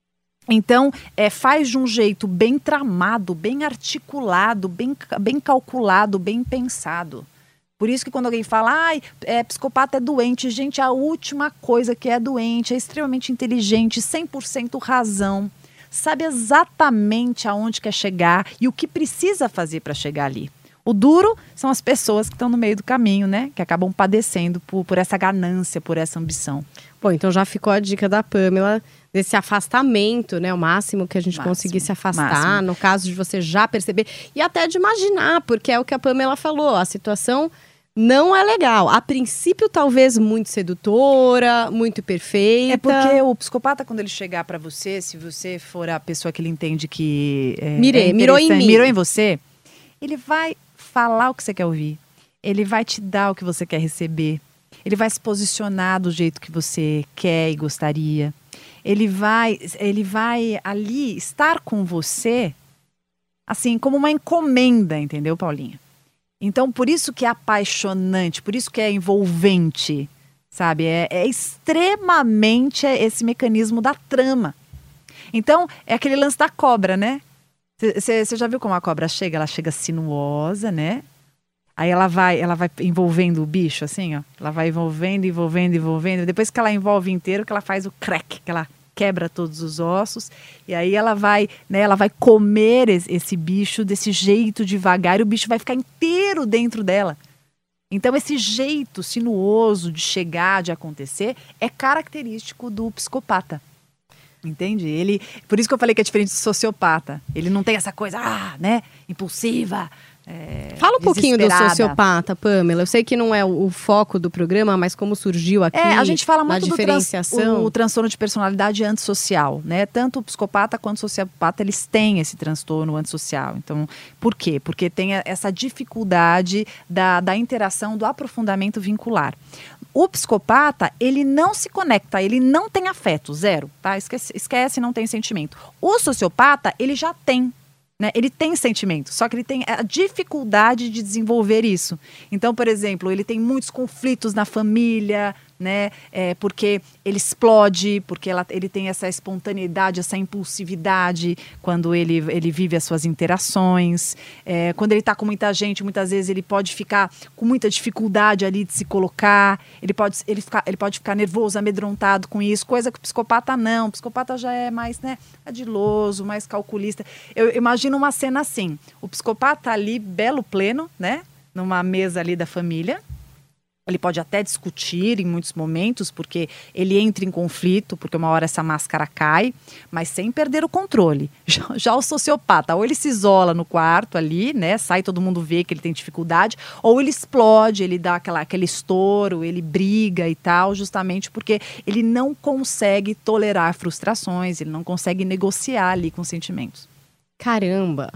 Speaker 3: Então, é, faz de um jeito bem tramado, bem articulado, bem, bem calculado, bem pensado. Por isso que quando alguém fala, ai, é, psicopata é doente, gente, a última coisa que é doente, é extremamente inteligente, cem por cento razão, sabe exatamente aonde quer chegar e o que precisa fazer para chegar ali. O duro são as pessoas que estão no meio do caminho, né? Que acabam padecendo por, por essa ganância, por essa ambição.
Speaker 2: Bom, então já ficou a dica da Pamela desse afastamento, né? O máximo que a gente
Speaker 3: Máximo,
Speaker 2: conseguir se afastar,
Speaker 3: máximo.
Speaker 2: no caso de você já perceber. E até de imaginar, porque é o que a Pamela falou, a situação não é legal. A princípio, talvez muito sedutora, muito perfeita.
Speaker 3: É porque o psicopata, quando ele chegar para você, se você for a pessoa que ele entende que é,
Speaker 2: Mirei,
Speaker 3: é
Speaker 2: mirou em mim.
Speaker 3: mirou em você, ele vai falar o que você quer ouvir. Ele vai te dar o que você quer receber. Ele vai se posicionar do jeito que você quer e gostaria. Ele vai, ele vai ali estar com você, assim, como uma encomenda, entendeu, Paulinha? Então, por isso que é apaixonante, por isso que é envolvente, sabe? É, é extremamente esse mecanismo da trama. Então, é aquele lance da cobra, né? Você já viu como a cobra chega? Ela chega sinuosa, né? Aí ela vai, ela vai envolvendo o bicho, assim, ó. Ela vai envolvendo, envolvendo, envolvendo. Depois que ela envolve inteiro, que ela faz o crack, que ela quebra todos os ossos. E aí ela vai, né? Ela vai comer esse, esse bicho desse jeito devagar. E o bicho vai ficar inteiro dentro dela. Então esse jeito sinuoso de chegar, de acontecer, é característico do psicopata. Entende? Ele, por isso que eu falei que é diferente do sociopata. Ele não tem essa coisa, ah, né? Impulsiva. É,
Speaker 2: Fala um pouquinho do sociopata, Pamela. Eu sei que não é o, o foco do programa, mas como surgiu aqui
Speaker 3: é, a gente fala muito
Speaker 2: na diferenciação.
Speaker 3: Do trans, o, o transtorno de personalidade antissocial, né? Tanto o psicopata quanto o sociopata, eles têm esse transtorno antissocial. Então, por quê? Porque tem essa dificuldade da, da interação, do aprofundamento vincular. O psicopata, ele não se conecta, ele não tem afeto, zero, tá? Esquece, esquece, não tem sentimento. O sociopata, ele já tem. Né? Ele tem sentimento, só que ele tem a dificuldade de desenvolver isso. Então, por exemplo, ele tem muitos conflitos na família, né? É, porque ele explode, porque ela, ele tem essa espontaneidade, essa impulsividade quando ele, ele vive as suas interações. É, quando ele está com muita gente, muitas vezes ele pode ficar com muita dificuldade ali de se colocar, ele pode, ele ficar, ele pode ficar nervoso, amedrontado com isso, coisa que o psicopata não. O psicopata já é mais, né, adiloso, mais calculista. Eu imagino uma cena assim, o psicopata ali, belo pleno, né, numa mesa ali da família. Ele pode até discutir em muitos momentos, porque ele entra em conflito, porque uma hora essa máscara cai, mas sem perder o controle. Já, já o sociopata, ou ele se isola no quarto ali, né, sai, todo mundo vê que ele tem dificuldade, ou ele explode, ele dá aquela, aquele estouro, ele briga e tal, justamente porque ele não consegue tolerar frustrações, ele não consegue negociar ali com sentimentos.
Speaker 2: Caramba!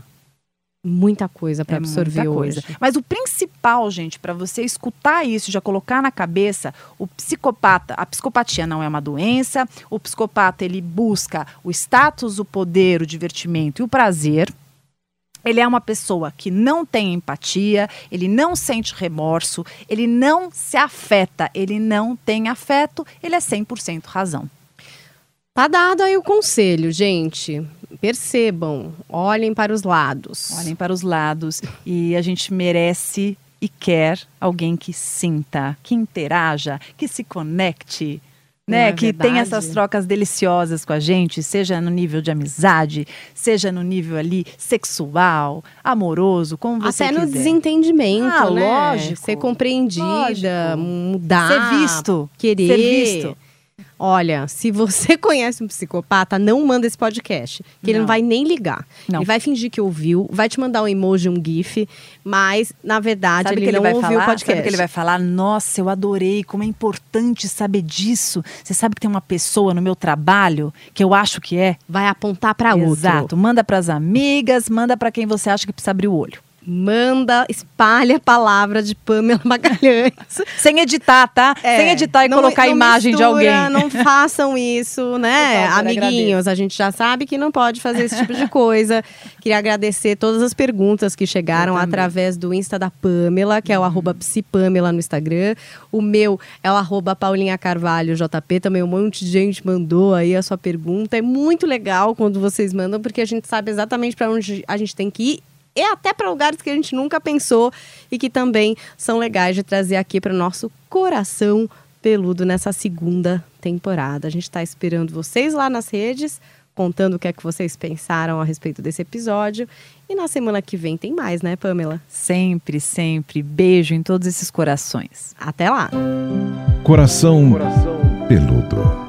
Speaker 2: Muita coisa para
Speaker 3: é
Speaker 2: absorver
Speaker 3: muita
Speaker 2: hoje.
Speaker 3: Coisa. Mas o principal, gente, para você escutar isso, já colocar na cabeça, o psicopata, a psicopatia não é uma doença, o psicopata ele busca o status, o poder, o divertimento e o prazer. Ele é uma pessoa que não tem empatia, ele não sente remorso, ele não se afeta, ele não tem afeto, ele é cem por cento razão.
Speaker 2: Tá dado aí o conselho, gente. Percebam, olhem para os lados.
Speaker 3: Olhem para os lados e a gente merece e quer alguém que sinta, que interaja, que se conecte, né?
Speaker 2: É
Speaker 3: que
Speaker 2: verdade.
Speaker 3: tenha essas trocas deliciosas com a gente, seja no nível de amizade, seja no nível ali sexual, amoroso, como você
Speaker 2: Até
Speaker 3: quiser.
Speaker 2: no desentendimento,
Speaker 3: ah,
Speaker 2: né?
Speaker 3: lógico.
Speaker 2: Ser compreendida,
Speaker 3: lógico.
Speaker 2: mudar,
Speaker 3: ser visto,
Speaker 2: querer.
Speaker 3: Ser visto.
Speaker 2: Olha, se você conhece um psicopata, não manda esse podcast, que ele não vai nem ligar.
Speaker 3: Não.
Speaker 2: Ele vai fingir que ouviu, vai te mandar um emoji, um gif, mas, na verdade,
Speaker 3: Sabe
Speaker 2: ele,
Speaker 3: que ele
Speaker 2: não
Speaker 3: vai
Speaker 2: ouviu
Speaker 3: falar?
Speaker 2: o podcast.
Speaker 3: Sabe que ele vai falar? Nossa, eu adorei, como é importante saber disso. Você sabe que tem uma pessoa no meu trabalho que eu acho que é?
Speaker 2: Vai apontar para outro.
Speaker 3: Exato, manda para as amigas, manda para quem você acha que precisa abrir o olho.
Speaker 2: Manda, espalha a palavra de Pamela Magalhães.
Speaker 3: Sem editar, tá?
Speaker 2: É,
Speaker 3: Sem editar e
Speaker 2: não,
Speaker 3: colocar a
Speaker 2: não
Speaker 3: imagem
Speaker 2: mistura,
Speaker 3: de alguém.
Speaker 2: Não façam isso, né?
Speaker 3: Por favor,
Speaker 2: Amiguinhos, a gente já sabe que não pode fazer esse tipo de coisa. Queria agradecer todas as perguntas que chegaram através do Insta da Pamela, que é o uhum. arroba psipamela no Instagram. O meu é o arroba Paulinha Carvalho J P. Também um monte de gente mandou aí a sua pergunta. É muito legal quando vocês mandam, porque a gente sabe exatamente para onde a gente tem que ir. E até para lugares que a gente nunca pensou e que também são legais de trazer aqui para o nosso coração peludo nessa segunda temporada. A gente está esperando vocês lá nas redes, contando o que é que vocês pensaram a respeito desse episódio. E na semana que vem tem mais, né, Pamela?
Speaker 3: Sempre, sempre. Beijo em todos esses corações.
Speaker 2: Até lá!
Speaker 1: Coração, coração peludo.